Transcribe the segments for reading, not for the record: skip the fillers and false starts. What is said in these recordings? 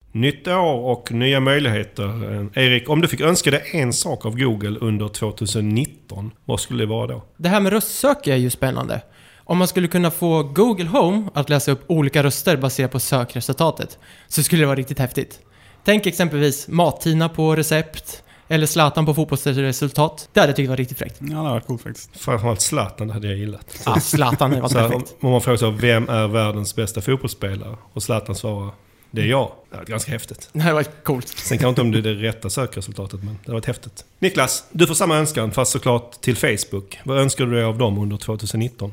Nytt år och nya möjligheter. Erik, om du fick önska dig en sak av Google under 2019, vad skulle det vara då? Det här med röstsök är ju spännande. Om man skulle kunna få Google Home att läsa upp olika röster baserat på sökresultatet, så skulle det vara riktigt häftigt. Tänk exempelvis Mat-Tina på recept eller Zlatan på fotbollsresultat. Det hade jag tyckt var riktigt fräckt. Ja, det var coolt faktiskt. Framförallt Zlatan, det hade jag gillat. Ja, Zlatan är perfekt. Om man frågar så, vem är världens bästa fotbollsspelare? Och Zlatan svarar, det är jag. Det var ganska häftigt. Det var coolt. Sen kan jag inte om det är det rätta sökresultatet, men det var häftigt. Niklas, du får samma önskan, fast såklart till Facebook. Vad önskar du dig av dem under 2019?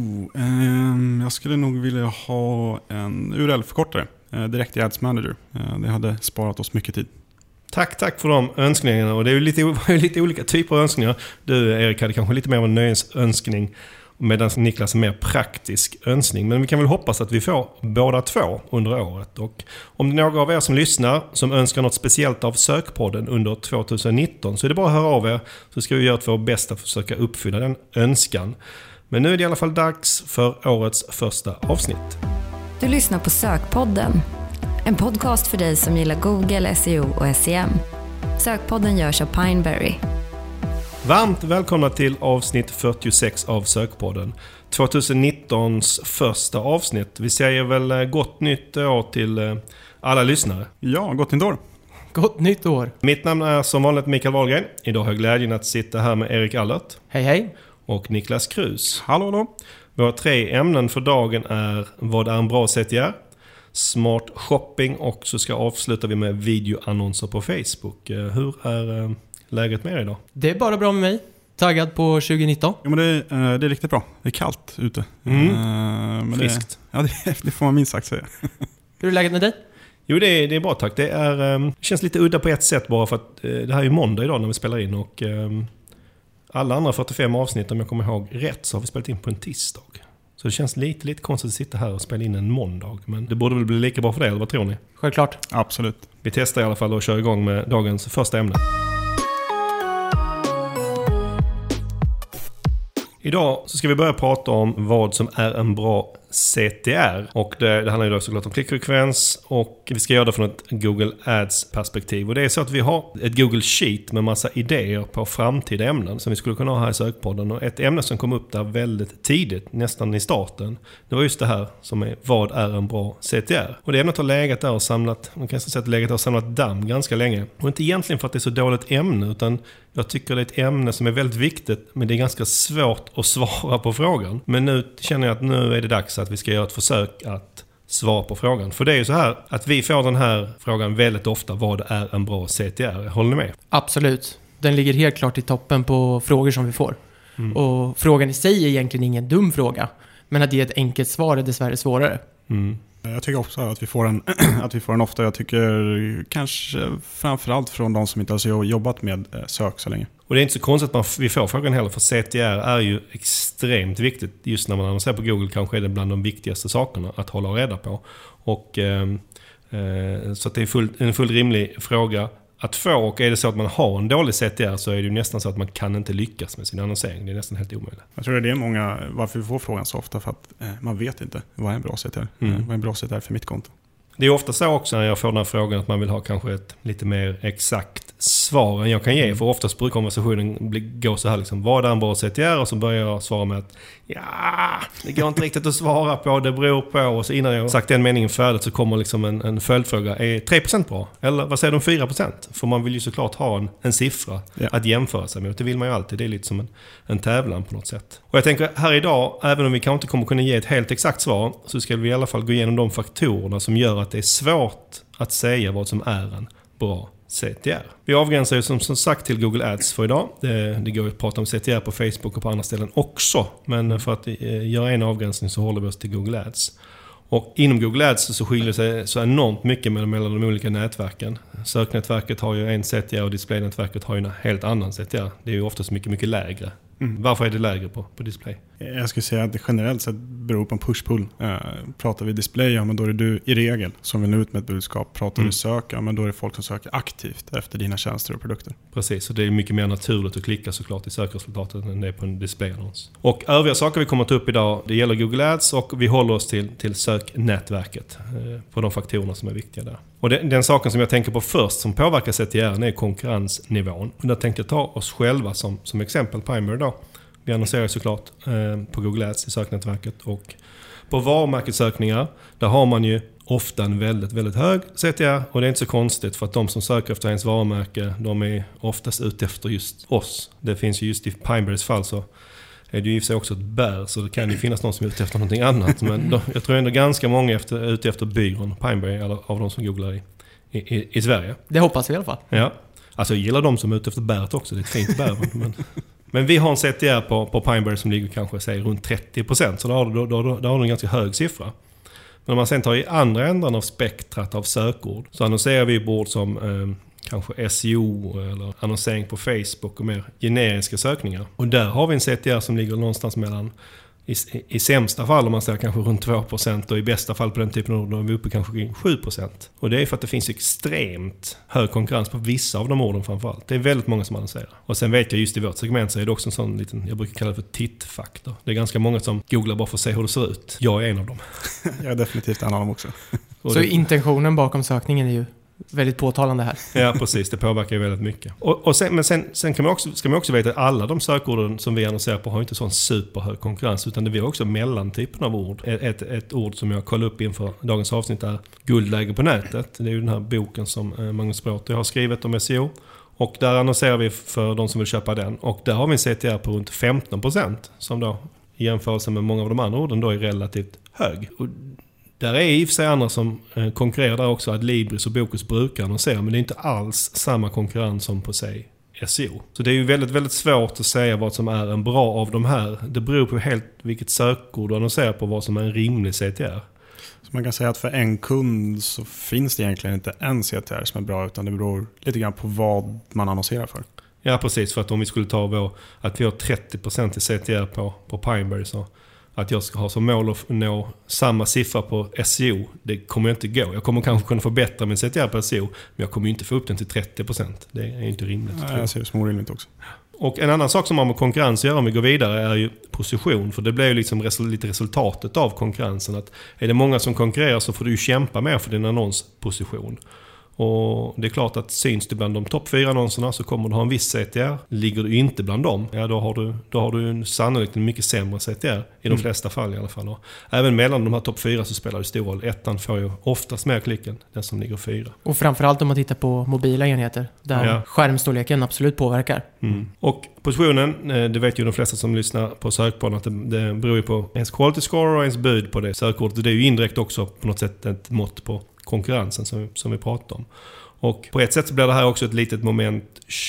Jag skulle nog vilja ha en URL-förkortare. Direkt i Ads Manager. Det hade sparat oss mycket tid. Tack för de önskningarna. Och det är ju lite olika typer av önskningar. Du, Erik, hade kanske lite mer av en nöjesönskning, medan Niklas är mer praktisk önskning. Men vi kan väl hoppas att vi får båda två under året. Och om det är några av er som lyssnar som önskar något speciellt av Sökpodden under 2019, så är det bara att höra av er, så ska vi göra vårt bästa för att försöka uppfylla den önskan. Men nu är det i alla fall dags för årets första avsnitt. Du lyssnar på Sökpodden. En podcast för dig som gillar Google, SEO och SEM. Sökpodden görs av Pineberry. Varmt välkomna till avsnitt 46 av Sökpodden. 2019s första avsnitt. Vi säger väl gott nytt år till alla lyssnare. Ja, gott nytt år. Gott nytt år. Mitt namn är som vanligt Mikael Wahlgren. Idag har jag glädjen att sitta här med Erik Allert. Hej hej. Och Niklas Krus. Hallå. Våra 3 ämnen för dagen är vad är en bra CTR, smart shopping och så ska avsluta vi med videoannonser på Facebook. Hur är läget med er idag? Det är bara bra med mig. Taggad på 2019. Jo, men det är riktigt bra. Det är kallt ute. Men friskt. Det får man minst sagt säga. Hur är läget med dig? Jo, det är bra tack. Det känns lite udda på ett sätt bara för att det här är måndag idag när vi spelar in och alla andra 45 avsnitt, om jag kommer ihåg rätt, så har vi spelat in på en tisdag. Så det känns lite konstigt att sitta här och spela in en måndag. Men det borde väl bli lika bra för det, eller vad tror ni? Självklart. Absolut. Vi testar i alla fall och kör igång med dagens första ämne. Idag så ska vi börja prata om vad som är en bra CTR. Och det handlar ju då såklart om klickfrekvens och vi ska göra det från ett Google Ads-perspektiv. Och det är så att vi har ett Google Sheet med massa idéer på framtida ämnen som vi skulle kunna ha här i Sökpodden. Och ett ämne som kom upp där väldigt tidigt, nästan i starten, det var just det här som är vad är en bra CTR. Och det ämnet har legat där och samlat, man kan säga att legat där och samlat damm ganska länge. Och inte egentligen för att det är så dåligt ämne, utan jag tycker det är ett ämne som är väldigt viktigt, men det är ganska svårt att svara på frågan. Men nu känner jag att nu är det dags att vi ska göra ett försök att svara på frågan. För det är ju så här att vi får den här frågan väldigt ofta, vad är en bra CTR? Håller ni med? Absolut. Den ligger helt klart i toppen på frågor som vi får. Och frågan i sig är egentligen ingen dum fråga. Men att ge ett enkelt svar är dessvärre svårare. Jag tycker också att vi får den ofta. Jag tycker kanske framförallt från de som inte har jobbat med sök så länge. Och det är inte så konstigt att vi får frågan heller, för CTR är ju extremt viktigt. Just när man annonserar på Google kanske är det bland de viktigaste sakerna att hålla reda på. Och, så att det är en fullt rimlig fråga att få. Och är det så att man har en dålig CTR så är det ju nästan så att man kan inte lyckas med sin annonsering. Det är nästan helt omöjligt. Jag tror det är många, varför vi får frågan så ofta, för att man vet inte vad är en bra CTR. Vad är en bra CTR för mitt konto? Det är ofta så också när jag får den här frågan att man vill ha kanske ett lite mer exakt svar än jag kan ge. För oftast brukar konversationen gå så här liksom, vad är en bra CTR? Och så börjar jag svara med att det går inte riktigt att svara på, det beror på. Och så innan jag sagt den meningen färdigt så kommer liksom en följdfråga. Är 3% bra? Eller vad säger de 4%? För man vill ju såklart ha en siffra att jämföra sig med. Det vill man ju alltid. Det är lite som en tävlan på något sätt. Och jag tänker här idag, även om vi kanske inte kommer kunna ge ett helt exakt svar, så ska vi i alla fall gå igenom de faktorerna som gör att det är svårt att säga vad som är en bra CTR. Vi avgränsar ju som sagt till Google Ads för idag. Det går ju att prata om CTR på Facebook och på andra ställen också. Men för att göra en avgränsning så håller vi oss till Google Ads. Och inom Google Ads så skiljer sig så enormt mycket mellan de olika nätverken. Söknätverket har ju en CTR och displaynätverket har ju en helt annan CTR. Det är ju oftast mycket lägre. Varför är det lägre på display? Jag skulle säga att det generellt sett beror på en push-pull. Pratar vi display, ja, men då är det du i regel som vill nå ut med ett budskap. Pratar du söka, ja, men då är det folk som söker aktivt efter dina tjänster och produkter. Precis, och det är mycket mer naturligt att klicka såklart i sökresultatet än det är på en displayannons. Och övriga saker vi kommer att ta upp idag, det gäller Google Ads och vi håller oss till söknätverket på de faktorerna som är viktiga där. Och den saken som jag tänker på först som påverkar CTR är konkurrensnivån. Och där tänkte jag ta oss själva som exempel, Pineberry då. Vi annonserar såklart på Google Ads i söknätverket och på varumärkessökningar där har man ju ofta en väldigt, väldigt hög CTR och det är inte så konstigt för att de som söker efter ens varumärke de är oftast ute efter just oss. Det finns ju just i Pineberrys fall så är det ju i sig också ett bär så det kan ju finnas någon som är ute efter någonting annat. Men jag tror ändå ganska många är ute efter byrån Pineberry av de som googlar i Sverige. Det hoppas vi i alla fall. Ja, alltså jag gillar de som är ute efter bäret också, det är ett fint bär. Men vi har en CTR på Pineberry som ligger kanske säg, runt 30%, så då har du en ganska hög siffra. Men om man sen tar i andra änden av spektrat av sökord så annonserar vi på ord som kanske SEO eller annonsering på Facebook och mer generiska sökningar. Och där har vi en CTR som ligger någonstans mellan i sämsta fall om man säger kanske runt 2% och i bästa fall på den typen av ord är vi uppe kanske kring 7%. Och det är för att det finns extremt hög konkurrens på vissa av de orden framförallt. Det är väldigt många som annonserar. Och sen vet jag just i vårt segment så är det också en sån liten, jag brukar kalla det för tittfaktor. Det är ganska många som googlar bara för att se hur det ser ut. Jag är en av dem. Jag är definitivt en av dem också. Så intentionen bakom sökningen är ju väldigt påtalande här. Ja, precis. Det påverkar ju väldigt mycket. Men sen kan ska man också veta att alla de sökorden som vi annonserar på har inte sån superhög konkurrens utan vi har också mellantypen av ord. Ett ord som jag kollade upp inför dagens avsnitt är guldläge på nätet. Det är ju den här boken som Magnus Bråte har skrivit om SEO. Och där annonserar vi för de som vill köpa den. Och där har vi en CTR på runt 15% som då i jämförelse med många av de andra orden då är relativt hög. Och där är i och för sig andra som konkurrerar där också, att Libris och Bokus brukar annonsera, men det är inte alls samma konkurrens som på sig SEO. Så det är ju väldigt, väldigt svårt att säga vad som är en bra av de här. Det beror på helt vilket sökord du annonserar på vad som är en rimlig CTR. Så man kan säga att för en kund så finns det egentligen inte en CTR som är bra utan det beror lite grann på vad man annonserar för. Ja, precis. För att om vi skulle ta att vi har 30% i CTR på Pineberry så att jag ska ha som mål att nå samma siffra på SEO, det kommer inte gå. Jag kommer kanske kunna förbättra min CTR på SEO, men jag kommer inte få upp den till 30%. Det är inte rimligt. Nej, jag ser det som orimligt också. Och en annan sak som har med konkurrens att göra om vi går vidare är ju position. För det blir ju liksom lite resultatet av konkurrensen. Att är det många som konkurrerar så får du ju kämpa mer för din annonsposition. Och det är klart att syns du bland de topp 4 annonserna så kommer du ha en viss CTR. Ligger du inte bland dem, ja då har du sannolikt en mycket sämre CTR i de flesta fall i alla fall. Och även mellan de här topp 4 så spelar det stor roll. Ettan får ju oftast mer klick än den som ligger 4. Och framförallt om man tittar på mobila enheter där skärmstorleken absolut påverkar. Mm. Och positionen, det vet ju de flesta som lyssnar på sökpodden att det beror ju på ens quality score och ens bud på det sökordet. Det är ju indirekt också på något sätt ett mått på konkurrensen som vi pratar om. Och på ett sätt så blir det här också ett litet moment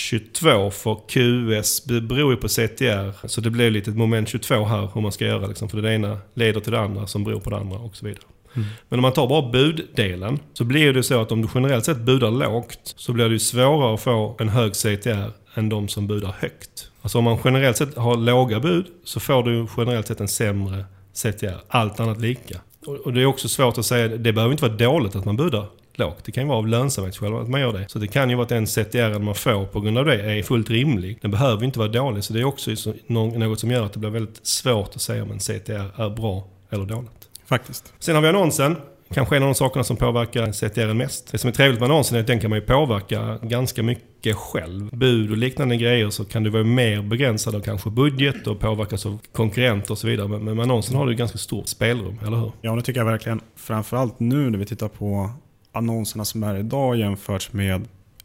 22 för QS beror ju på CTR. Så det blir lite ett moment 22 här hur man ska göra liksom, för det ena leder till det andra som beror på det andra och så vidare. Mm. Men om man tar bara buddelen så blir det så att om du generellt sett budar lågt så blir det ju svårare att få en hög CTR än de som budar högt. Alltså om man generellt sett har låga bud så får du generellt sett en sämre CTR, allt annat lika. Och det är också svårt att säga, det behöver inte vara dåligt att man budar lågt. Det kan ju vara av lönsamhetsskäl att man gör det. Så det kan ju vara att den CTR man får på grund av det är fullt rimlig. Den behöver inte vara dålig. Så det är också något som gör att det blir väldigt svårt att säga om en CTR är bra eller dåligt. Faktiskt. Sen har vi annonsen. Kanske en av de sakerna som påverkar CTR mest. Det som är trevligt med annonsen är att den kan man ju påverka ganska mycket själv. Bud och liknande grejer så kan du vara mer begränsad av kanske budget och påverkas av konkurrenter och så vidare. Men med annonsen har du ganska stort spelrum, eller hur? Ja, det tycker jag verkligen. Framförallt nu när vi tittar på annonserna som är idag jämfört med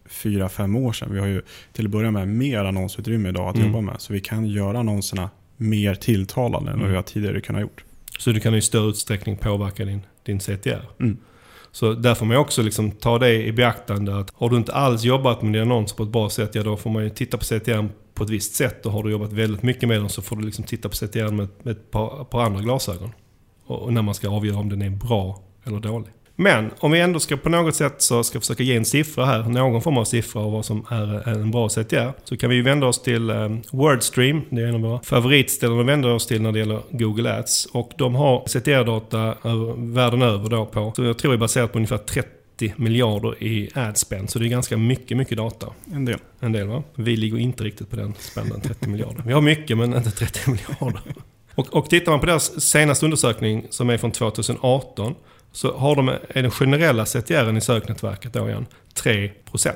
4-5 år sedan. Vi har ju till att börja med mer annonsutrymme idag att jobba med. Så vi kan göra annonserna mer tilltalande än vad vi har tidigare kunnat gjort. Så du kan i större utsträckning påverka din CTR. Mm. Så därför får man också liksom ta det i beaktande att har du inte alls jobbat med din annons på ett bra sätt, ja då får man ju titta på CTR på ett visst sätt. Och har du jobbat väldigt mycket med den så får du liksom titta på CTR med ett par andra glasögon. Och när man ska avgöra om den är bra eller dålig. Men om vi ändå ska på något sätt så ska försöka ge en siffra här, någon form av siffra av vad som är en bra CTR, så kan vi vända oss till Wordstream, det är en av våra favoritställen att vända oss till när det gäller Google Ads. Och de har CTR-data världen över då på, så jag tror är baserat på ungefär 30 miljarder i ad-spend. Så det är ganska mycket data. En del va? Vi ligger inte riktigt på den spännen, 30 miljarder. Vi har mycket men inte 30 miljarder. Och tittar man på deras senaste undersökning som är från 2018 så har de den generella CTR:en i söknätverket då igen 3%.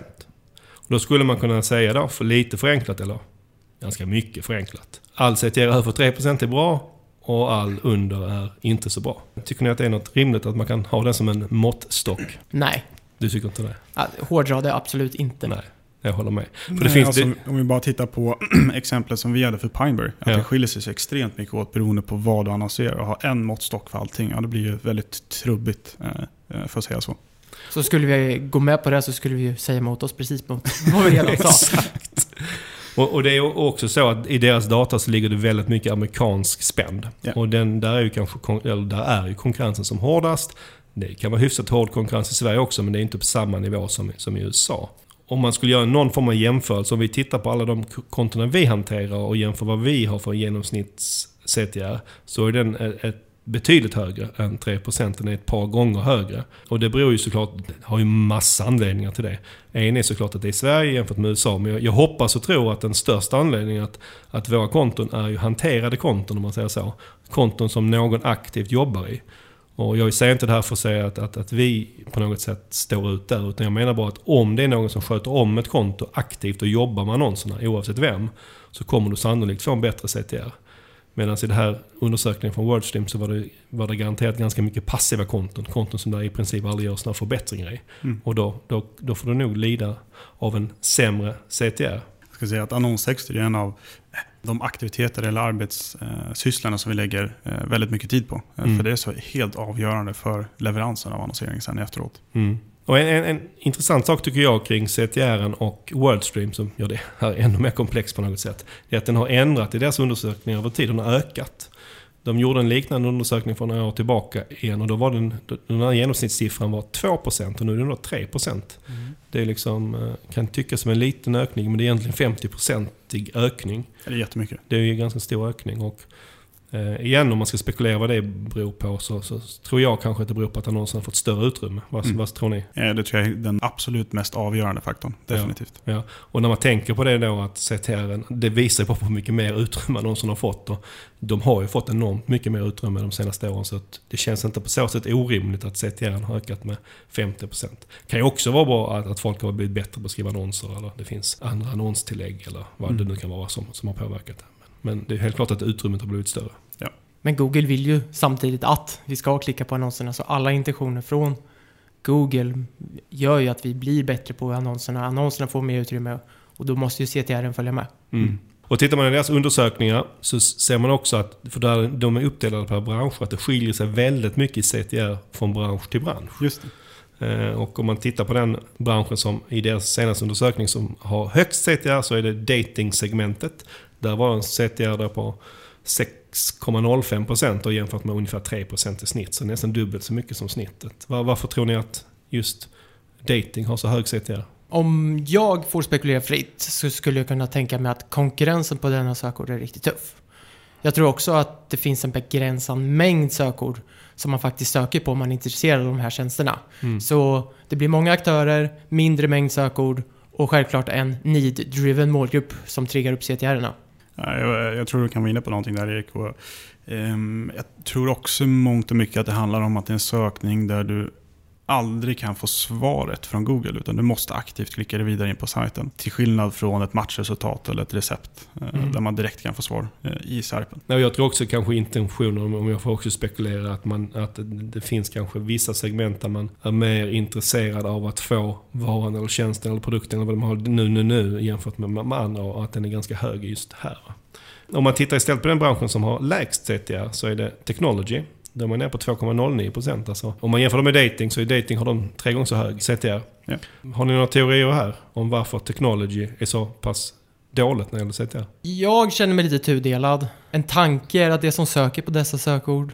Och då skulle man kunna säga då, för lite förenklat eller ganska mycket förenklat, all CTR över 3% är bra och all under är inte så bra. Tycker ni att det är något rimligt att man kan ha den som en måttstock? Nej. Du tycker inte det? Ja, hårdra det absolut inte. Nej, jag håller med. För Nej, det finns alltså, om vi bara tittar på exemplet som vi hade för Pineberry, att det skiljer sig så extremt mycket åt beroende på vad du annonserar. Och ha en måttstock för allting, det blir ju väldigt trubbigt för att säga så. Så skulle vi gå med på det så skulle vi ju säga emot oss precis mot vad vi redan sa. Exakt. Och det är också så att i deras data så ligger det väldigt mycket amerikansk spend. Yeah. Och där är ju konkurrensen som hårdast. Det kan vara hyfsat hård konkurrens i Sverige också, men det är inte på samma nivå som i USA. Om man skulle göra någon form av jämförelse, om vi tittar på alla de kontona vi hanterar och jämför vad vi har för genomsnitts-CTR, så är den ett betydligt högre än 3%. Den är ett par gånger högre. Och det beror ju såklart, har ju massa anledningar till det. En är såklart att det är Sverige jämfört med USA. Men jag hoppas och tror att den största anledningen att våra konton är ju hanterade konton, om man säger så. Konton som någon aktivt jobbar i. Och jag säger inte det här för att säga att vi på något sätt står ut där. Utan jag menar bara att om det är någon som sköter om ett konto aktivt och jobbar med annonserna, oavsett vem, så kommer du sannolikt få en bättre CTR. Medan i den här undersökningen från Wordstream så var det garanterat ganska mycket passiva konton som där i princip aldrig görs några förbättringar i. Och då får du nog lida av en sämre CTR. Jag ska säga att annonstexter är en av de aktiviteter eller arbetssysslarna som vi lägger väldigt mycket tid på. För det är så helt avgörande för leveransen av annonsering sen efteråt. Och en intressant sak tycker jag kring CTR:en och Wordstream som gör det här ännu mer komplext på något sätt, är att den har ändrat i deras undersökningar över tid. Den har ökat. De gjorde en liknande undersökning för några år tillbaka igen och då var den här genomsnittssiffran var 2% och nu är den då 3%. Det är liksom, kan tyckas som en liten ökning, men det är egentligen 50%ig ökning. Det är jättemycket. Det är ju en ganska stor ökning och igen, om man ska spekulera vad det beror på så tror jag kanske att det beror på att annonserna har fått större utrymme. Vad tror ni? Det tror jag är den absolut mest avgörande faktorn, definitivt. Ja. Och när man tänker på det då att CTR, det visar på hur mycket mer utrymme annonserna har fått. Och de har ju fått enormt mycket mer utrymme de senaste åren så att det känns inte på så sätt orimligt att CTR har ökat med 50%. Det kan ju också vara bra att folk har blivit bättre på att skriva annonser eller det finns andra annonstillägg eller vad det nu kan vara som har påverkat det. Men det är helt klart att utrymmet har blivit större. Ja. Men Google vill ju samtidigt att vi ska klicka på annonserna, så alla intentioner från Google gör ju att vi blir bättre på annonserna. Annonserna får mer utrymme och då måste ju CTR:en följa med. Och tittar man i deras undersökningar så ser man också att, för där de är uppdelade per bransch, att det skiljer sig väldigt mycket i CTR från bransch till bransch. Just det. Och om man tittar på den branschen som i deras senaste undersökning som har högst CTR så är det dating-segmentet. Där var en CTR där på 6,05% och jämfört med ungefär 3% i snitt. Så nästan dubbelt så mycket som snittet. Varför tror ni att just dating har så hög CTR? Om jag får spekulera fritt så skulle jag kunna tänka mig att konkurrensen på denna sökord är riktigt tuff. Jag tror också att det finns en begränsad mängd sökord som man faktiskt söker på om man är intresserad av de här tjänsterna. Så det blir många aktörer, mindre mängd sökord och självklart en need-driven målgrupp som triggar upp CTR-erna. Jag tror du kan vara inne på någonting där, Erik. Jag tror också mångt och mycket att det handlar om att det är en sökning där du aldrig kan få svaret från Google utan du måste aktivt klicka dig vidare in på sajten. Till skillnad från ett matchresultat eller ett recept där man direkt kan få svar i SERPen. Jag tror också kanske intentionen, om jag får också spekulera, att det finns kanske vissa segment där man är mer intresserad av att få varan eller tjänsten eller produkten eller vad de har nu jämfört med andra och att den är ganska hög just här. Om man tittar istället på den branschen som har lägst CTR så är det technology. De är nere på 2,09%. Alltså. Om man jämför dem med dating så är dating har de 3 gånger så hög CTR. Ja. Har ni några teorier här om varför technology är så pass dåligt när det gäller CTR? Jag känner mig lite tudelad. En tanke är att det som söker på dessa sökord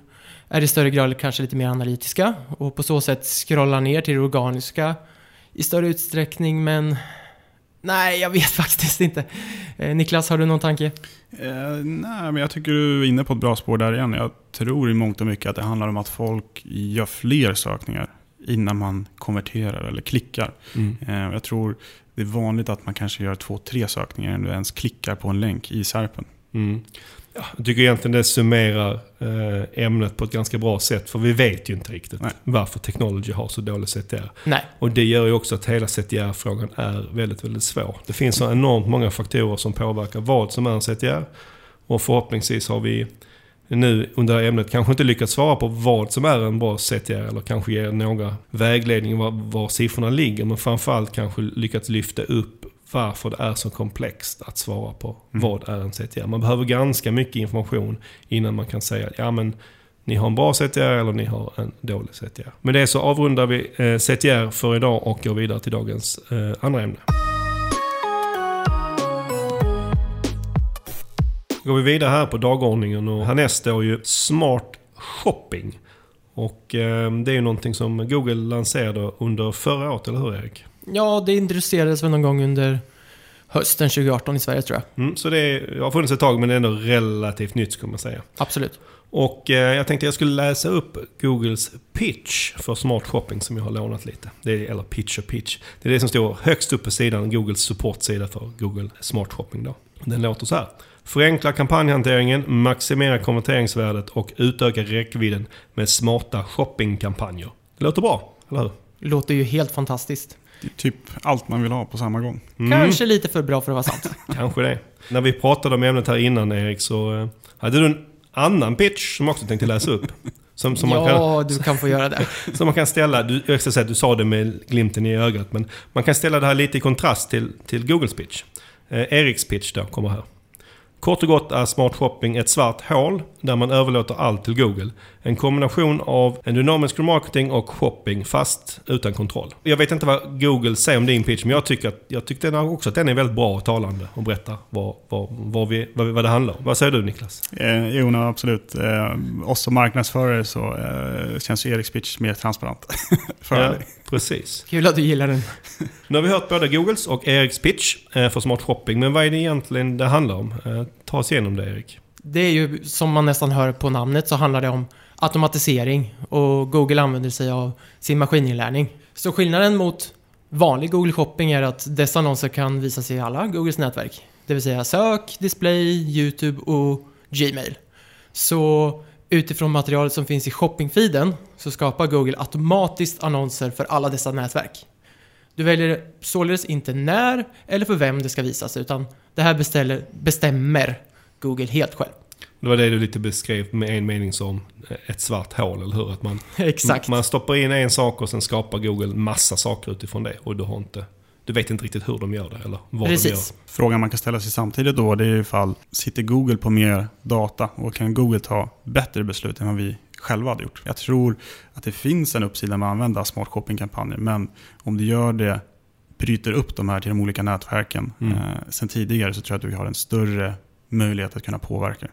är i större grad kanske lite mer analytiska och på så sätt scrollar ner till det organiska i större utsträckning, men nej, jag vet faktiskt inte. Niklas, har du någon tanke? Nej, men jag tycker du är inne på ett bra spår där igen. Jag tror i mångt och mycket att det handlar om att folk gör fler sökningar innan man konverterar eller klickar. Jag tror det är vanligt att man kanske gör 2-3 sökningar innan du ens klickar på en länk i SERPen. Ja, jag tycker egentligen det summerar ämnet på ett ganska bra sätt. För vi vet ju inte riktigt varför Technology har så dålig CTR. Nej. Och det gör ju också att hela CTR-frågan är väldigt, väldigt svår. Det finns så enormt många faktorer som påverkar vad som är en CTR. Och förhoppningsvis har vi nu under ämnet kanske inte lyckats svara på vad som är en bra CTR. Eller kanske ge några vägledningar var siffrorna ligger. Men framförallt kanske lyckats lyfta upp varför det är så komplext att svara på vad är en CTR. Man behöver ganska mycket information innan man kan säga ja men ni har en bra CTR eller ni har en dålig CTR. Med det så avrundar vi CTR för idag och går vidare till dagens andra ämne. Går vi vidare här på dagordningen och härnäst står ju Smart Shopping. Och det är ju någonting som Google lanserade under förra året, eller hur Erik? Ja, det introducerades väl någon gång under hösten 2018 i Sverige, tror jag. Så det har funnits ett tag, men det är ändå relativt nytt, ska man säga. Absolut. Och jag tänkte jag skulle läsa upp Googles pitch för Smart Shopping som jag har lånat lite. Eller pitch och pitch. Det är det som står högst upp på sidan, Googles supportsida för Google Smart Shopping då. Den låter så här. Förenkla kampanjhanteringen, maximera konverteringsvärdet och utöka räckvidden med smarta shoppingkampanjer. Det låter bra, eller hur? Det låter ju helt fantastiskt. Det är typ allt man vill ha på samma gång. Kanske lite för bra för att vara sant. Kanske det. När vi pratade om ämnet här innan, Erik, så hade du en annan pitch som också tänkte läsa upp. Som du kan få göra det. Som man kan ställa, du sa det med glimten i ögat, men man kan ställa det här lite i kontrast till Googles pitch. Eriks pitch då kommer här. Kort och gott är Smart Shopping ett svart hål där man överlåter allt till Google. En kombination av en dynamisk remarketing och shopping fast utan kontroll. Jag vet inte vad Google säger om din pitch, men jag tyckte också att den är väldigt bra och talande och berättar vad det handlar om. Vad säger du, Niklas? Absolut. Oss som marknadsförare så känns Eriks pitch mer transparent. Precis. Kul att du gillar den. Nu har vi hört både Googles och Eriks pitch för Smart Shopping, men vad är det egentligen det handlar om? Ta oss igenom det, Erik. Det är ju, som man nästan hör på namnet, så handlar det om automatisering och Google använder sig av sin maskininlärning. Så skillnaden mot vanlig Google Shopping är att dessa annonser kan visa sig i alla Googles nätverk. Det vill säga sök, display, YouTube och Gmail. Så utifrån materialet som finns i shoppingfeeden så skapar Google automatiskt annonser för alla dessa nätverk. Du väljer således inte när eller för vem det ska visas, utan det här bestämmer Google helt själv. Det var det du lite beskrev med en mening som ett svart hål, eller hur? Att Exakt. Man stoppar in en sak och sen skapar Google massa saker utifrån det. Och du vet inte riktigt hur de gör det eller vad de gör. Frågan man kan ställa sig samtidigt då, det är ifall sitter Google på mer data och kan Google ta bättre beslut än vad vi själva hade gjort. Jag tror att det finns en uppsida med att använda smart shopping-kampanjer, men om du gör det, bryter upp de här till de olika nätverken sen tidigare, så tror jag att du har en större möjlighet att kunna påverka.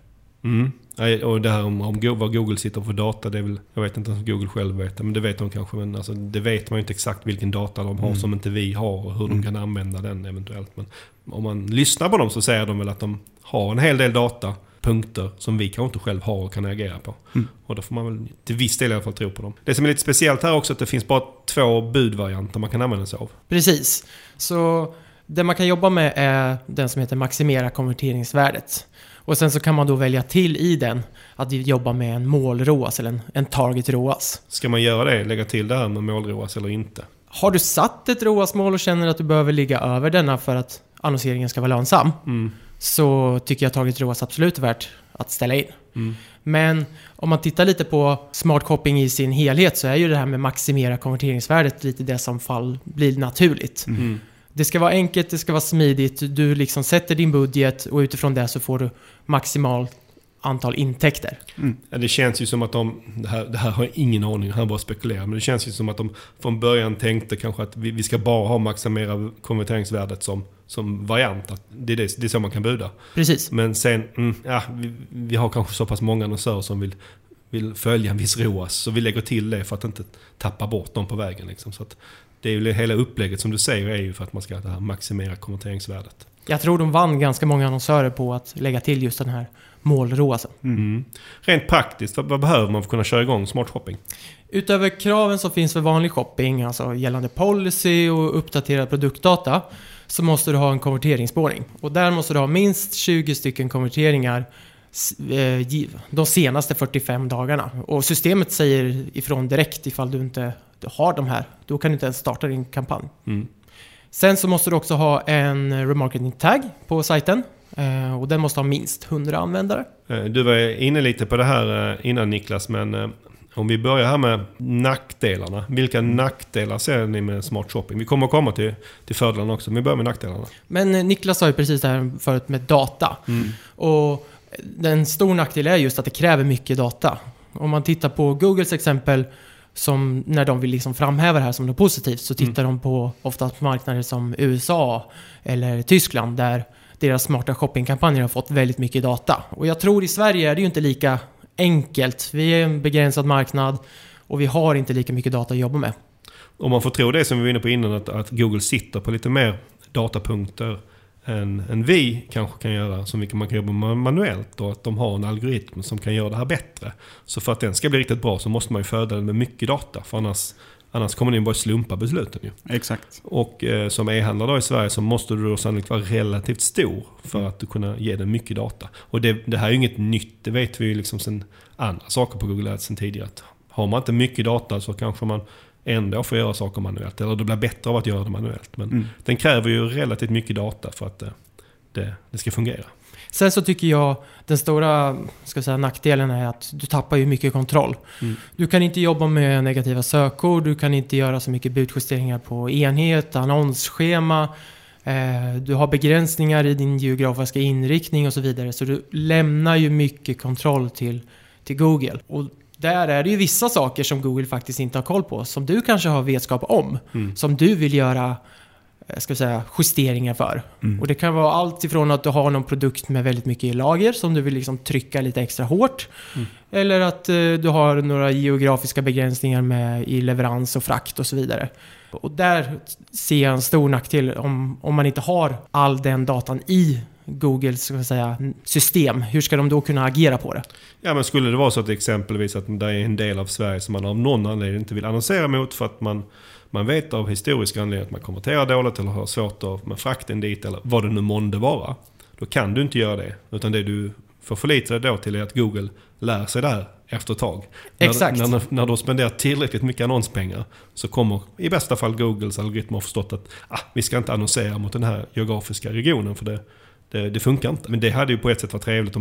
Och det här om vad Google sitter för data, det är väl, jag vet inte om Google själv vet det, men det vet de kanske, men alltså, det vet man ju inte exakt vilken data de har som inte vi har och hur de kan använda den eventuellt. Men om man lyssnar på dem så säger de väl att de har en hel del datapunkter som vi kanske inte själv har och kan agera på. Och då får man väl till viss del i alla fall tro på dem. Det som är lite speciellt här också är att det finns bara 2 budvarianter man kan använda sig av. Precis. Så det man kan jobba med är den som heter maximera konverteringsvärdet. Och sen så kan man då välja till i den att jobba med en mål-ROAS eller en target ROAS. Ska man göra det, lägga till det här med mål-ROAS eller inte? Har du satt ett ROAS-mål och känner att du behöver ligga över denna för att annonseringen ska vara lönsam, så tycker jag target ROAS absolut är värt att ställa in. Men om man tittar lite på smart shopping i sin helhet, så är ju det här med maximera konverteringsvärdet lite det som blir naturligt. Det ska vara enkelt, det ska vara smidigt. Du liksom sätter din budget och utifrån det så får du maximalt antal intäkter. Det känns ju som att det här har jag ingen aning, här bara spekulerar, men det känns ju som att de från början tänkte kanske att vi ska bara ha maximera konverteringsvärdet som variant. Att det är så man kan buda. Precis. Men sen, vi har kanske så pass många annonsörer som vill vill följa en viss ROAS, så vi lägger till det för att inte tappa bort dem på vägen. Liksom. Så att det är ju hela upplägget som du säger är ju för att man ska maximera konverteringsvärdet. Jag tror de vann ganska många annonsörer på att lägga till just den här mål-ROASen. Rent praktiskt, vad behöver man för att kunna köra igång smart shopping? Utöver kraven som finns för vanlig shopping, alltså gällande policy och uppdaterad produktdata, så måste du ha en konverteringsspårning. Och där måste du ha minst 20 stycken konverteringar de senaste 45 dagarna. Och systemet säger ifrån direkt ifall du inte har de här. Då kan du inte ens starta din kampanj. Sen så måste du också ha en remarketing tag på sajten. Och den måste ha minst 100 användare. Du var inne lite på det här innan, Niklas, men om vi börjar här med nackdelarna. Vilka nackdelar ser ni med smart shopping? Vi kommer att komma till fördelarna också, men vi börjar med nackdelarna. Men Niklas sa ju precis det här förut med data. Och den stor nackdel är just att det kräver mycket data. Om man tittar på Googles exempel, som när de vill liksom framhäva det här som något positivt, så tittar de på ofta på marknader som USA eller Tyskland, där deras smarta shoppingkampanjer har fått väldigt mycket data. Och jag tror i Sverige är det ju inte lika enkelt. Vi är en begränsad marknad och vi har inte lika mycket data att jobba med. Om man får tro det som vi var inne på innan, att Google sitter på lite mer datapunkter än vi kanske kan göra, som man kan jobba med manuellt, och att de har en algoritm som kan göra det här bättre. Så för att den ska bli riktigt bra så måste man ju föda den med mycket data, för annars kommer den bara slumpa besluten ju. Exakt. Och som e-handlare i Sverige så måste du då sannolikt vara relativt stor för att du kunna ge den mycket data. Och det här är ju inget nytt, det vet vi ju liksom sen andra saker på Google Ads sen tidigare. Att har man inte mycket data så kanske man ändå får göra saker manuellt, eller det blir bättre av att göra det manuellt. Men den kräver ju relativt mycket data för att det ska fungera. Sen så tycker jag den stora nackdelen är att du tappar ju mycket kontroll. Du kan inte jobba med negativa sökord, du kan inte göra så mycket budjusteringar på enhet, annonsschema, du har begränsningar i din geografiska inriktning och så vidare. Så du lämnar ju mycket kontroll till Google. Och där är det ju vissa saker som Google faktiskt inte har koll på, som du kanske har vetskap om, som du vill göra justeringar för. Och det kan vara allt ifrån att du har någon produkt med väldigt mycket i lager som du vill liksom trycka lite extra hårt, eller att du har några geografiska begränsningar med i leverans och frakt och så vidare. Och där ser jag en stor nackdel om man inte har all den datan i Googles system. Hur ska de då kunna agera på det? Ja, men skulle det vara så att exempelvis att det är en del av Sverige som man av någon anledning inte vill annonsera mot, för att man vet av historiska anledningar att man konverterar dåligt eller har svårt med frakten dit, eller vad det nu månde vara, då kan du inte göra det. Utan det du får förlita dig då till är att Google lär sig där efter ett tag. Exakt. När du har spenderat tillräckligt mycket annonspengar så kommer i bästa fall Googles algoritm ha förstått att vi ska inte annonsera mot den här geografiska regionen, för det funkar inte. Men det hade ju på ett sätt varit trevligt om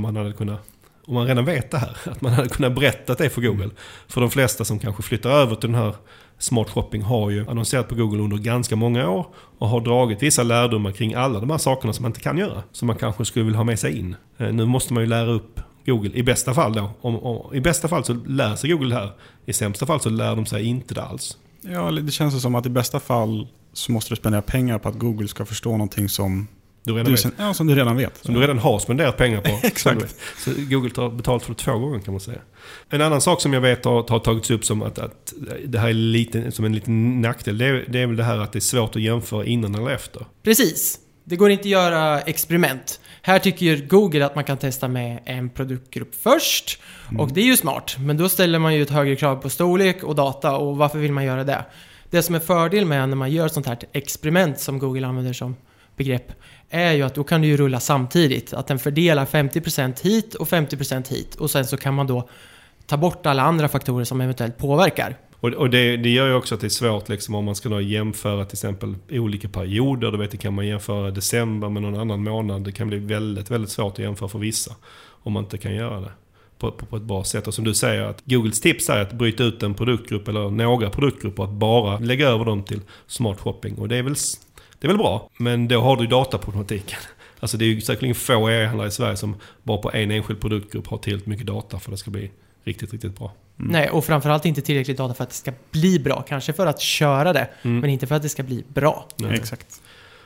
man redan vet det här. Att man hade kunnat berätta det för Google. För de flesta som kanske flyttar över till den här smart shopping har ju annonserat på Google under ganska många år och har dragit vissa lärdomar kring alla de här sakerna som man inte kan göra. Som man kanske skulle vilja ha med sig in. Nu måste man ju lära upp Google. I bästa fall då. I bästa fall så lär sig Google det här. I sämsta fall så lär de sig inte det alls. Ja, det känns som att i bästa fall så måste du spendera pengar på att Google ska förstå någonting som du redan vet. Som du redan vet. Som du redan har spenderat pengar på. Exakt. Så Google tar betalt för det 2 gånger, kan man säga. En annan sak som jag vet har tagits upp som att det här är som en liten nackdel. Det är väl det här att det är svårt att jämföra innan eller efter. Precis. Det går inte att göra experiment. Här tycker Google att man kan testa med en produktgrupp först. Och det är ju smart. Men då ställer man ju ett högre krav på storlek och data. Och varför vill man göra det? Det som är fördel med när man gör sånt här experiment som Google använder som begrepp är ju att då kan du ju rulla samtidigt. Att den fördelar 50% hit och 50% hit. Och sen så kan man då ta bort alla andra faktorer som eventuellt påverkar. Och det gör ju också att det är svårt liksom, om man ska då jämföra till exempel olika perioder. Då kan man jämföra december med någon annan månad. Det kan bli väldigt, väldigt svårt att jämföra för vissa om man inte kan göra det på ett bra sätt. Och som du säger, att Googles tips är att bryta ut en produktgrupp eller några produktgrupper och att bara lägga över dem till smart shopping. Och det är väl bra, men då har du dataproblematiken. Alltså det är ju säkert få e-handlare i Sverige som bara på en enskild produktgrupp har tillräckligt mycket data för att det ska bli riktigt, riktigt bra. Nej, och framförallt inte tillräckligt data för att det ska bli bra. Kanske för att köra det, men inte för att det ska bli bra. Nej. Exakt.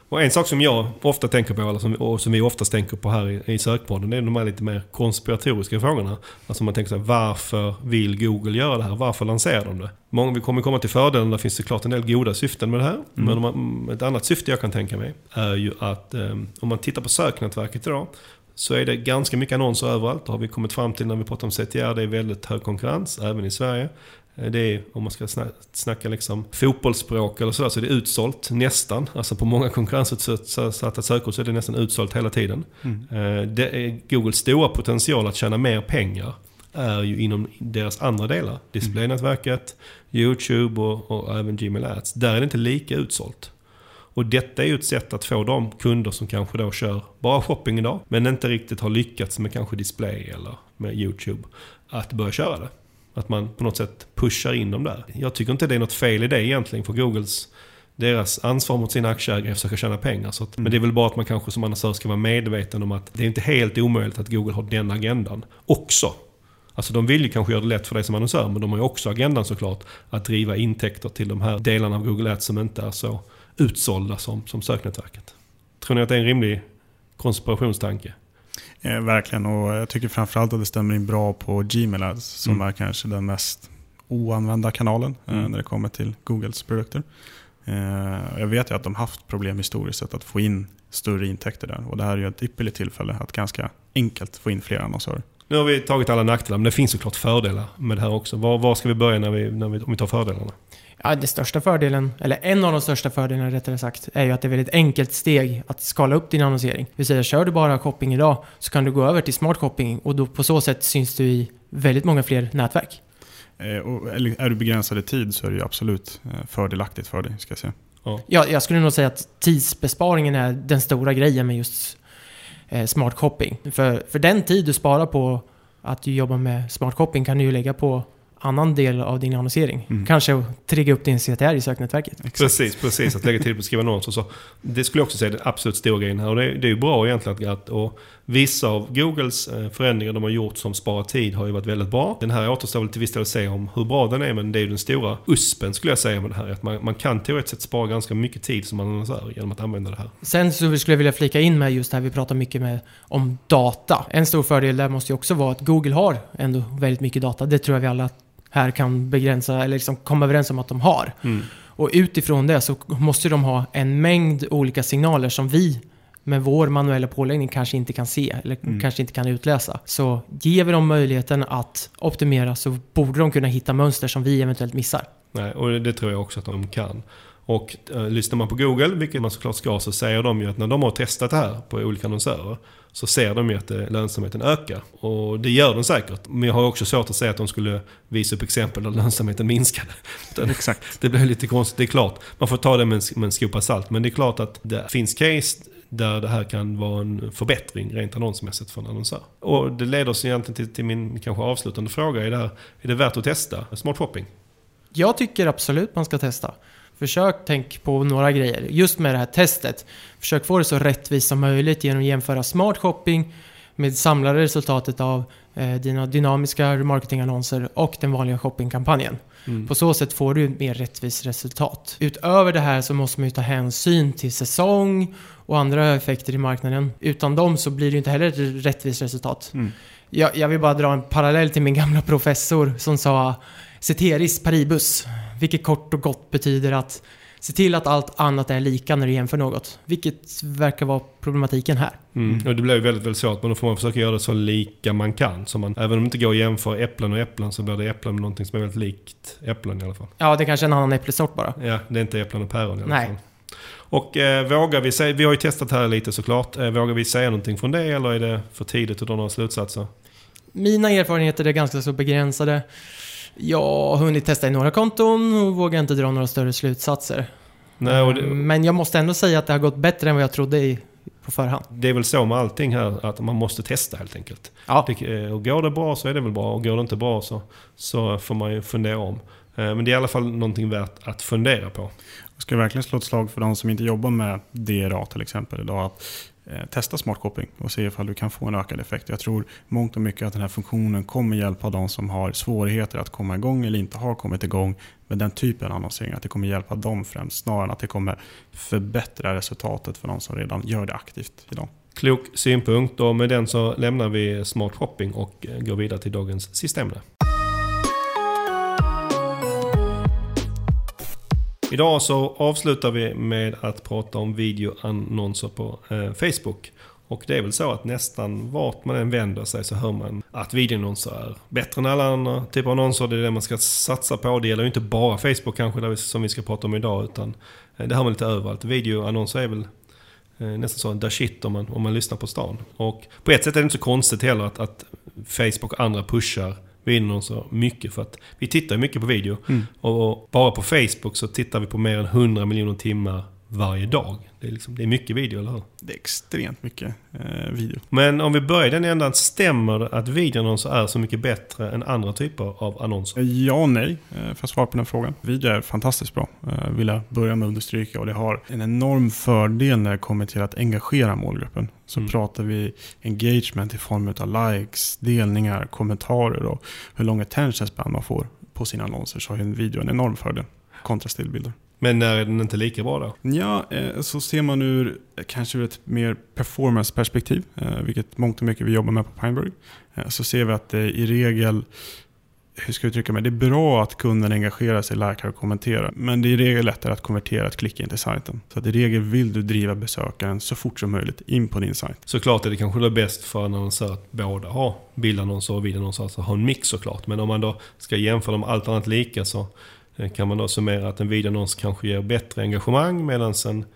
Och en sak som jag ofta tänker på, eller som vi oftast tänker på här i sökpodden, det är de här lite mer konspiratoriska frågorna. Alltså man tänker så här, varför vill Google göra det här? Varför lanserar de det? Vi kommer komma till fördelen, där finns det klart en del goda syften med det här. Men ett annat syfte jag kan tänka mig är ju att om man tittar på söknätverket idag, så är det ganska mycket annonser överallt. Det har vi kommit fram till när vi pratar om CTR. Det är väldigt hög konkurrens, även i Sverige. Det är, om man ska snacka liksom fotbollsspråk eller så är det utsålt nästan. Alltså på många konkurrensutsatta sökord så är det nästan utsålt hela tiden. Det är Googles stora potential att tjäna mer pengar är ju inom deras andra delar. Displaynätverket, YouTube och även Gmail Ads. Där är det inte lika utsålt. Och detta är ju ett sätt att få de kunder som kanske då kör bara shopping idag, men inte riktigt har lyckats med kanske display eller med YouTube, att börja köra det. Att man på något sätt pushar in dem där. Jag tycker inte det är något fel i det egentligen, för deras ansvar mot sina aktieägare är att försöka tjäna pengar. Så att, men det är väl bara att man kanske som annonsör ska vara medveten om att det är inte helt omöjligt att Google har den agendan också. Alltså de vill ju kanske göra det lätt för dig som annonsör, men de har ju också agendan såklart att driva intäkter till de här delarna av Google Ads som inte är så utsålda som söknätverket. Tror ni att det är en rimlig konspirationstanke? Verkligen, och jag tycker framförallt att det stämmer in bra på Gmail Ads som är kanske den mest oanvända kanalen när det kommer till Googles produkter. Jag vet ju att de haft problem historiskt sett att få in större intäkter där, och det här är ju ett ypperligt tillfälle att ganska enkelt få in fler annonsörer. Nu har vi tagit alla nackdelar, men det finns såklart fördelar med det här också. Var ska vi börja om vi tar fördelarna? Ja, det största fördelen, eller en av de största fördelarna rättare sagt, är ju att det är väldigt enkelt steg att skala upp din annonsering. Vi säger, kör du bara shopping idag så kan du gå över till smart shopping, och då på så sätt syns du i väldigt många fler nätverk. Och är du begränsad i tid så är det ju absolut fördelaktigt för dig, ska jag säga. Ja, jag skulle nog säga att tidsbesparingen är den stora grejen med just smart shopping. För den tid du sparar på att du jobbar med smart shopping kan du ju lägga på annan del av din annonsering. Kanske trigga upp din CTR i söknätverket. Precis. Att lägga till på att skriva annonser. Så det skulle jag också säga är den absolut stora grejen här. Och det är ju bra egentligen att och vissa av Googles förändringar de har gjort som sparar tid har ju varit väldigt bra. Den här återstår väl till viss del att säga om hur bra den är, men det är ju den stora uspen skulle jag säga med det här. Att man kan teoretiskt sett spara ganska mycket tid som annonsör genom att använda det här. Sen så skulle jag vilja flika in med just här, vi pratar mycket om data. En stor fördel där måste ju också vara att Google har ändå väldigt mycket data. Det tror jag vi alla här kan begränsa eller liksom komma överens om att de har. Och utifrån det så måste de ha en mängd olika signaler som vi med vår manuella påläggning kanske inte kan se eller kanske inte kan utläsa. Så ger vi dem möjligheten att optimera så borde de kunna hitta mönster som vi eventuellt missar. Nej, och det tror jag också att de kan. Och lyssnar man på Google, vilket man såklart ska, så säger de ju att när de har testat det här på olika annonsörer så ser de ju att lönsamheten ökar. Och det gör den säkert. Men jag har också svårt att säga att de skulle visa upp exempel där lönsamheten minskade. Exakt. Det blir lite konstigt, det är klart. Man får ta det med en skopa salt. Men det är klart att det finns case där det här kan vara en förbättring rent annonsmässigt för en annonsör. Och det leder oss egentligen till min kanske avslutande fråga. Är det värt att testa smart shopping? Jag tycker absolut man ska testa. Försök tänk på några grejer. Just med det här testet. Försök få det så rättvist som möjligt genom att jämföra smart shopping med samlade resultatet av dina dynamiska remarketingannonser och den vanliga shoppingkampanjen. På så sätt får du ett mer rättvist resultat. Utöver det här så måste man ju ta hänsyn till säsong och andra effekter i marknaden. Utan dem så blir det ju inte heller ett rättvist resultat. Jag vill bara dra en parallell till min gamla professor som sa ceteris paribus, vilket kort och gott betyder att se till att allt annat är lika när du jämför något. Vilket verkar vara problematiken här. Och det blir ju väldigt, väldigt svårt. Men då får man försöka göra det så lika man kan. Så även om det inte går att jämföra äpplen och äpplen så blir det äpplen med någonting som är väldigt likt äpplen i alla fall. Ja, det är kanske en annan äpplesort bara. Ja, det är inte äpplen och päron i alla Nej. fall. Och vågar vi säga, vi har ju testat här lite såklart. Vågar vi säga någonting från det eller är det för tidigt att dra några slutsatser? Mina erfarenheter är ganska så begränsade. Jag har hunnit testa i några konton och vågar inte dra några större slutsatser. Nej, men jag måste ändå säga att det har gått bättre än vad jag trodde på förhand. Det är väl så med allting här att man måste testa helt enkelt. Ja. Och går det bra så är det väl bra och går det inte bra så får man ju fundera om. Men det är i alla fall någonting värt att fundera på. Jag ska verkligen slå ett slag för de som inte jobbar med DRA till exempel idag, att testa smart copying och se ifall du kan få en ökad effekt. Jag tror mångt och mycket att den här funktionen kommer hjälpa de som har svårigheter att komma igång eller inte har kommit igång med den typen av annonsering. Att det kommer hjälpa dem främst snarare än att det kommer förbättra resultatet för de som redan gör det aktivt idag. Klok synpunkt, och med den så lämnar vi smart shopping och går vidare till dagens sista ämne. Idag så avslutar vi med att prata om videoannonser på Facebook. Och det är väl så att nästan vart man än vänder sig så hör man att videoannonser är bättre än alla andra typer av annonser. Det är det man ska satsa på. Det gäller ju inte bara Facebook kanske som vi ska prata om idag, utan det hör man lite överallt. Videoannonser är väl nästan så där shit om man lyssnar på stan. Och på ett sätt är det inte så konstigt heller att Facebook och andra pushar videoannonser mycket, för att vi tittar mycket på video. Och bara på Facebook så tittar vi på mer än 100 miljoner timmar varje dag. Det är mycket video, eller hur? Det är extremt mycket video. Men om vi börjar den ändan, stämmer det att videoannonser är så mycket bättre än andra typer av annonser? Ja och nej, för att svara på den frågan. Video är fantastiskt bra, vill jag börja med att understryka. Och det har en enorm fördel när det kommer till att engagera målgruppen. Så pratar vi engagement i form av likes, delningar, kommentarer och hur lång attention span man får på sina annonser, så har en video en enorm fördel kontra stillbilder. Men när är den inte lika bra då? Ja, så ser man kanske ur ett mer performance-perspektiv, vilket mångt och mycket vi jobbar med på Pineberry, så ser vi att det i regel, hur ska jag uttrycka mig, det är bra att kunden engagerar sig, likar och kommenterar, men det är i regel lättare att konvertera ett klick in till sajten. Så att i regel vill du driva besökaren så fort som möjligt in på din sajt. Såklart är det kanske bäst för en annonsör att båda ha bildannonser och videoannonser, alltså ha en mix såklart. Men om man då ska jämföra dem allt annat lika, så kan man då summera att en videoannons kanske ger bättre engagemang, medan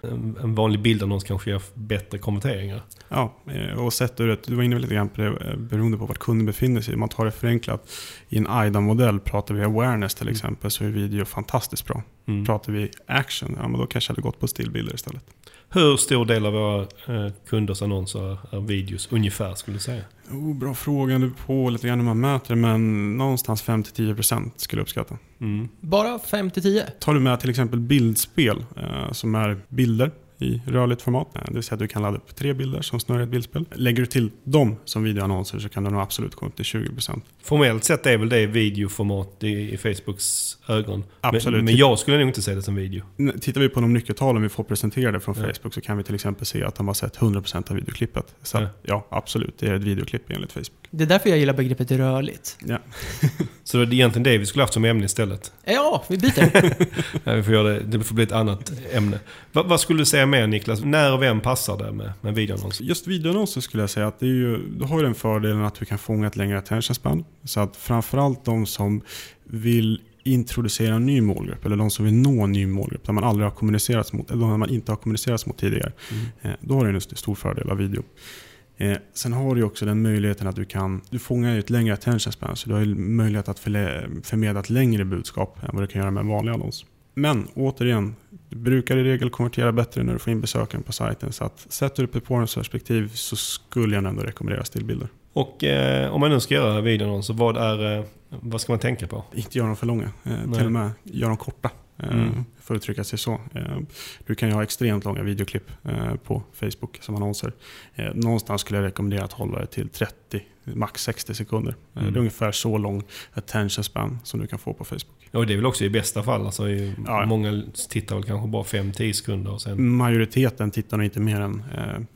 en vanlig bildannons kanske ger bättre kommenteringar. Ja, och sett ur ett, du var inne lite grann på det, beroende på vart kunden befinner sig. Man tar det förenklat. I en AIDA-modell pratar vi awareness till exempel, så är video fantastiskt bra. Pratar vi action, ja, men då kanske det gått på stillbilder istället. Hur stor del av våra kunders annonser är videos ungefär, skulle du säga? Bra fråga, du på lite grann hur man mäter, men någonstans 5-10% skulle jag uppskatta. Bara 5-10? Tar du med till exempel bildspel som är bilder i rörligt format. Det vill säga att du kan ladda upp 3 bilder som snurrar ett bildspel. Lägger du till dem som videoannonser så kan du nog absolut komma upp till 20%. Formellt sett är väl det videoformat i Facebooks ögon. Absolut. Men jag skulle nog inte se det som video. Tittar vi på de nyckeltalen vi får presenterade från Facebook, så kan vi till exempel se att de har sett 100% av videoklippet. Så ja, absolut, det är ett videoklipp enligt Facebook. Det är därför jag gillar begreppet rörligt. Ja. Så det är egentligen det vi skulle haft som ämne istället. Ja, vi byter. Ja, vi får göra det får bli ett annat ämne. Vad skulle du säga mer, Niklas? När och vem passar det med videoannonser? Just videoannonser skulle jag säga att det är ju, du har ju den fördelen att du kan fånga ett längre attention span. Så att framförallt de som vill introducera en ny målgrupp, eller de som vill nå en ny målgrupp där man aldrig har kommunicerats mot, eller där man inte har kommunicerats mot tidigare, då har du en stor fördel av video. Sen har du också den möjligheten att du fångar ett längre attention span, så du har möjlighet att förmedla ett längre budskap än vad du kan göra med en vanlig annons. Men återigen, du brukar i regel konvertera bättre när du får in besökaren på sajten, så att sätter du på ett performance-perspektiv så skulle jag ändå rekommendera stillbilder. Och om man nu ska göra videoannonser, vad ska man tänka på? Inte göra dem för långa, till och med göra dem korta. För att uttrycka sig så. Du kan ju ha extremt långa videoklipp på Facebook som annonser. Någonstans skulle jag rekommendera att hålla det till 30, max 60 sekunder. Det är ungefär så lång attention span som du kan få på Facebook. Och det är väl också i bästa fall. Alltså många tittar väl kanske bara 5-10 sekunder. Och sen... Majoriteten tittar nog inte mer än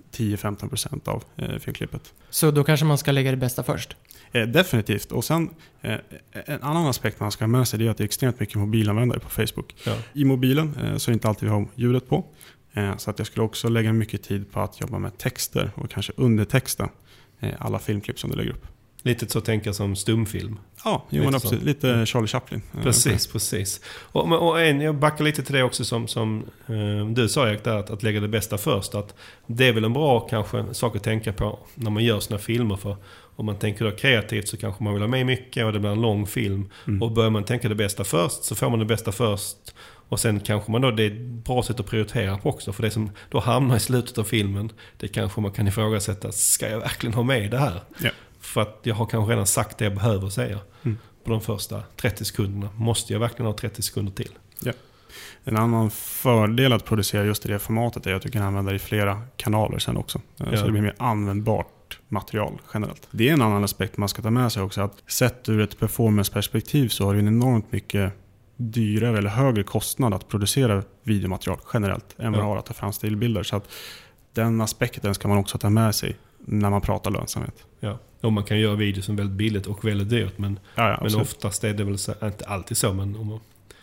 10-15% av filmklippet. Så då kanske man ska lägga det bästa först? Definitivt. Och sen en annan aspekt man ska ha med sig är att det är extremt mycket mobilanvändare på Facebook. Ja. I mobilen så är det inte alltid vi har ljudet på. Så att jag skulle också lägga mycket tid på att jobba med texter och kanske undertexta alla filmklipp som du lägger upp. Lite så tänka som stumfilm. Ja, men absolut. Lite Charlie Chaplin. Precis. Och jag backar lite till det också som du sa, Erik, där, att lägga det bästa först. Att det är väl en bra kanske sak att tänka på när man gör såna filmer. För om man tänker då kreativt så kanske man vill ha med mycket och det blir en lång film. Och börjar man tänka det bästa först så får man det bästa först. Och sen kanske man då, det är ett bra sätt att prioritera på också. För det som då hamnar i slutet av filmen, det kanske man kan ifrågasätta, ska jag verkligen ha med det här? Ja. För att jag har kanske redan sagt det jag behöver säga. På de första 30 sekunderna. Måste jag verkligen ha 30 sekunder till? Ja. En annan fördel att producera just i det formatet är att du kan använda det i flera kanaler sen också. Så det blir mer användbart material generellt. Det är en annan aspekt man ska ta med sig också. Att sett ur ett performance-perspektiv så har du en enormt mycket dyrare eller högre kostnad att producera videomaterial generellt än vad det har att ta fram stillbilder. Så att den aspekten ska man också ta med sig när man pratar lönsamhet. Ja, och man kan göra videos som väldigt billigt och väldigt dyrt. Men oftast är det väl så, inte alltid så, men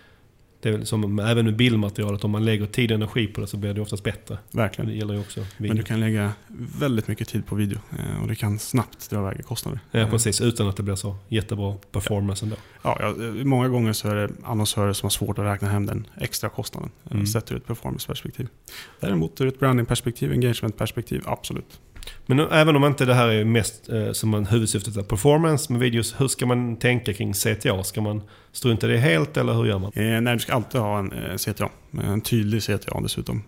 det är väl som även med bildmaterialet, om man lägger tid och energi på det så blir det oftast bättre. Verkligen. Det gäller ju också video. Men du kan lägga väldigt mycket tid på video och det kan snabbt dra iväg kostnader. Ja, precis. Utan att det blir så jättebra performance ändå. Ja, många gånger så är det annonsörer som har svårt att räkna hem den extra kostnaden sett ur ett performance-perspektiv. Däremot ur ett branding-perspektiv, engagement-perspektiv, absolut. Men även om inte det här är mest som man huvudsyftet är performance med videos, hur ska man tänka kring CTA? Ska man strunta det helt eller hur gör man? Nej, du ska alltid ha en CTA. En tydlig CTA dessutom.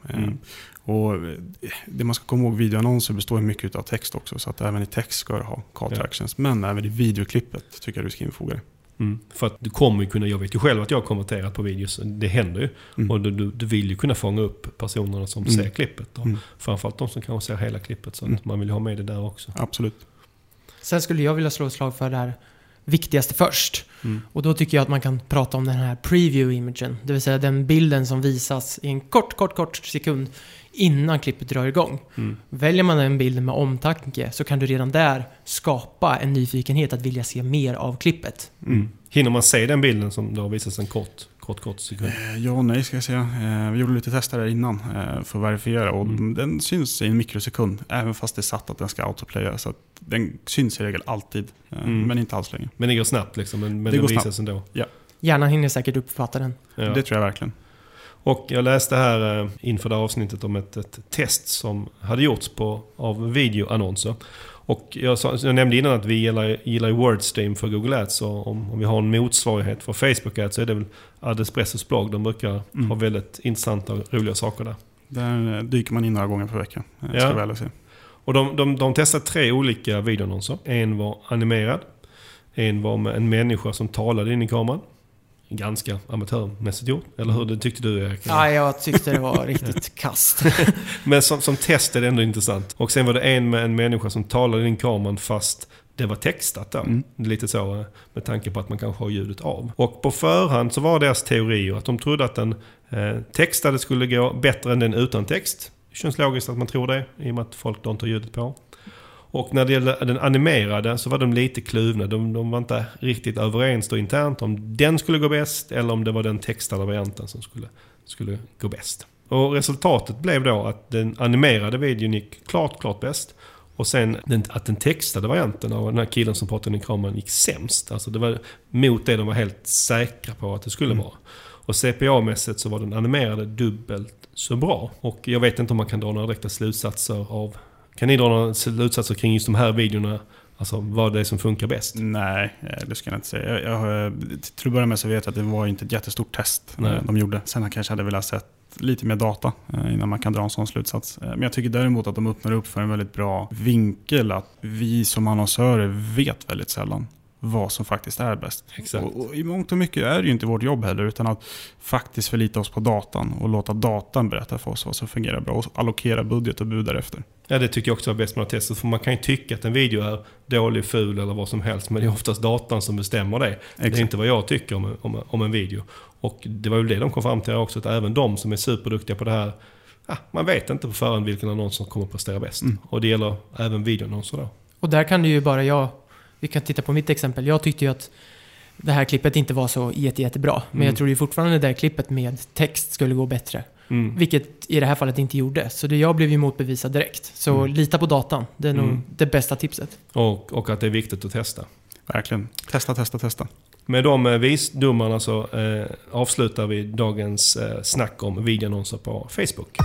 Och det man ska komma ihåg, videoannonser består mycket av text också. Så att även i text ska du ha call to actions. Men även i videoklippet tycker jag du ska infoga det. För att du kommer ju kunna, jag vet ju själv att jag har kommenterat på videos, det händer ju. Och du vill ju kunna fånga upp personerna som ser klippet. Och framförallt de som kanske ser hela klippet, så att man vill ha med det där också. Absolut. Sen skulle jag vilja slå ett slag för det här viktigaste först. Och då tycker jag att man kan prata om den här preview-imagen. Det vill säga den bilden som visas i en kort sekund innan klippet drar igång. Väljer man en bild med omtanke så kan du redan där skapa en nyfikenhet att vilja se mer av klippet. Hinner man se den bilden som då visas en kort sekund? Ja och nej ska jag säga. Vi gjorde lite tester där innan för att verifiera och den syns i en mikrosekund även fast det är satt att den ska autoplaya, så att den syns i regel alltid men inte alls länge. Men det går snabbt liksom, men det den visas ändå. Ja. Hjärnan hinner säkert uppfatta den. Ja. Det tror jag verkligen. Och jag läste här inför det avsnittet om ett test som hade gjorts av videoannonser. Och jag nämnde innan att vi gillar Wordstream för Google Ads. Och om vi har en motsvarighet för Facebook Ads så är det väl Adespressos blogg. De brukar ha väldigt intressanta och roliga saker där. Där dyker man in några gånger per vecka. Ska väl se. Och de testade 3 olika videoannonser. En var animerad. En var med en människa som talade in i kameran. Ganska amatörmässigt gjort. Eller hur det tyckte du, Erik? Ja, jag tyckte det var riktigt kast. Men som test är det ändå intressant. Och sen var det en med en människa som talade in i kameran fast det var textat där. Lite så med tanke på att man kanske har ljudet av. Och på förhand så var deras teorier att de trodde att den textade skulle gå bättre än den utan text. Det känns logiskt att man tror det i och med att folk inte har ljudet på. Och när det gäller den animerade så var de lite kluvna. De var inte riktigt överens då internt om den skulle gå bäst eller om det var den textade varianten som skulle gå bäst. Och resultatet blev då att den animerade videon gick klart bäst. Och sen att den textade varianten av den här killen som pratade i kameran gick sämst. Alltså det var mot det de var helt säkra på att det skulle vara. Och CPA-mässigt så var den animerade dubbelt så bra. Och jag vet inte om man kan dra några direkta slutsatser av... Kan ni dra några slutsatser kring just de här videorna? Alltså vad det är som funkar bäst? Nej, det ska jag inte säga. Till att börja med så vet jag att det var inte ett jättestort test de gjorde. Sen kanske hade velat sett lite mer data innan man kan dra en sån slutsats. Men jag tycker däremot att de öppnar upp för en väldigt bra vinkel att vi som annonsörer vet väldigt sällan vad som faktiskt är bäst. Exakt. Och i mångt och mycket är det ju inte vårt jobb heller, utan att faktiskt förlita oss på datan och låta datan berätta för oss vad som fungerar bra och allokera budget och bud därefter. Ja, det tycker jag också är bäst med testet. För man kan ju tycka att en video är dålig, ful eller vad som helst, men det är oftast datan som bestämmer det. Exakt. Det är inte vad jag tycker om en video. Och det var ju det de kom fram till också, att även de som är superduktiga på det här, man vet inte på förhand vilken annons som kommer att prestera bäst. Och det gäller även videoannonser då. Och där kan det ju bara vi kan titta på mitt exempel. Jag tyckte ju att det här klippet inte var så jättebra. Men jag tror ju fortfarande det där klippet med text skulle gå bättre. Vilket i det här fallet inte gjorde. Så jag blev ju motbevisad direkt. Så lita på datan. Det är nog det bästa tipset. Och att det är viktigt att testa. Verkligen. Testa. Med de visdomarna så avslutar vi dagens snack om videoannonser på Facebook.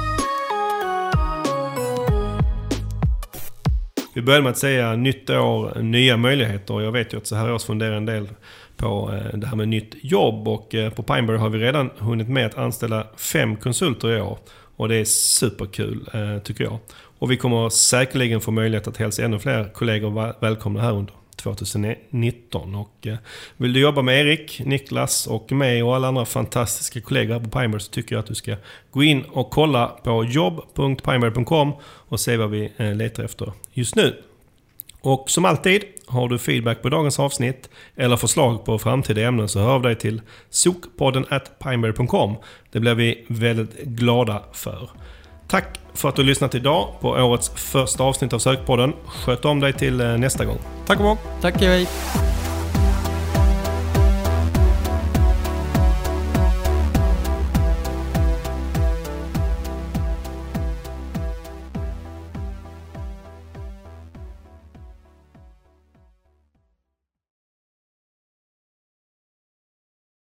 Vi börjar med att säga nytt år, nya möjligheter. Jag vet ju att så här års funderar en del på det här med nytt jobb. Och på Pineberry har vi redan hunnit med att anställa 5 konsulter i år. Och det är superkul tycker jag. Och vi kommer säkerligen få möjlighet att hälsa ännu fler kollegor välkomna här under 2019. Och vill du jobba med Erik, Niklas och mig och alla andra fantastiska kollegor här på Pineberry, så tycker jag att du ska gå in och kolla på jobb.pineberry.com och se vad vi letar efter just nu. Och som alltid, har du feedback på dagens avsnitt eller förslag på framtida ämnen, så hör av dig till sokpodden@pineberry.com. Det blir vi väldigt glada för. Tack för att du lyssnat idag på årets första avsnitt av Sökpodden. Sköt om dig till nästa gång. Tack och bock! Tack, hej.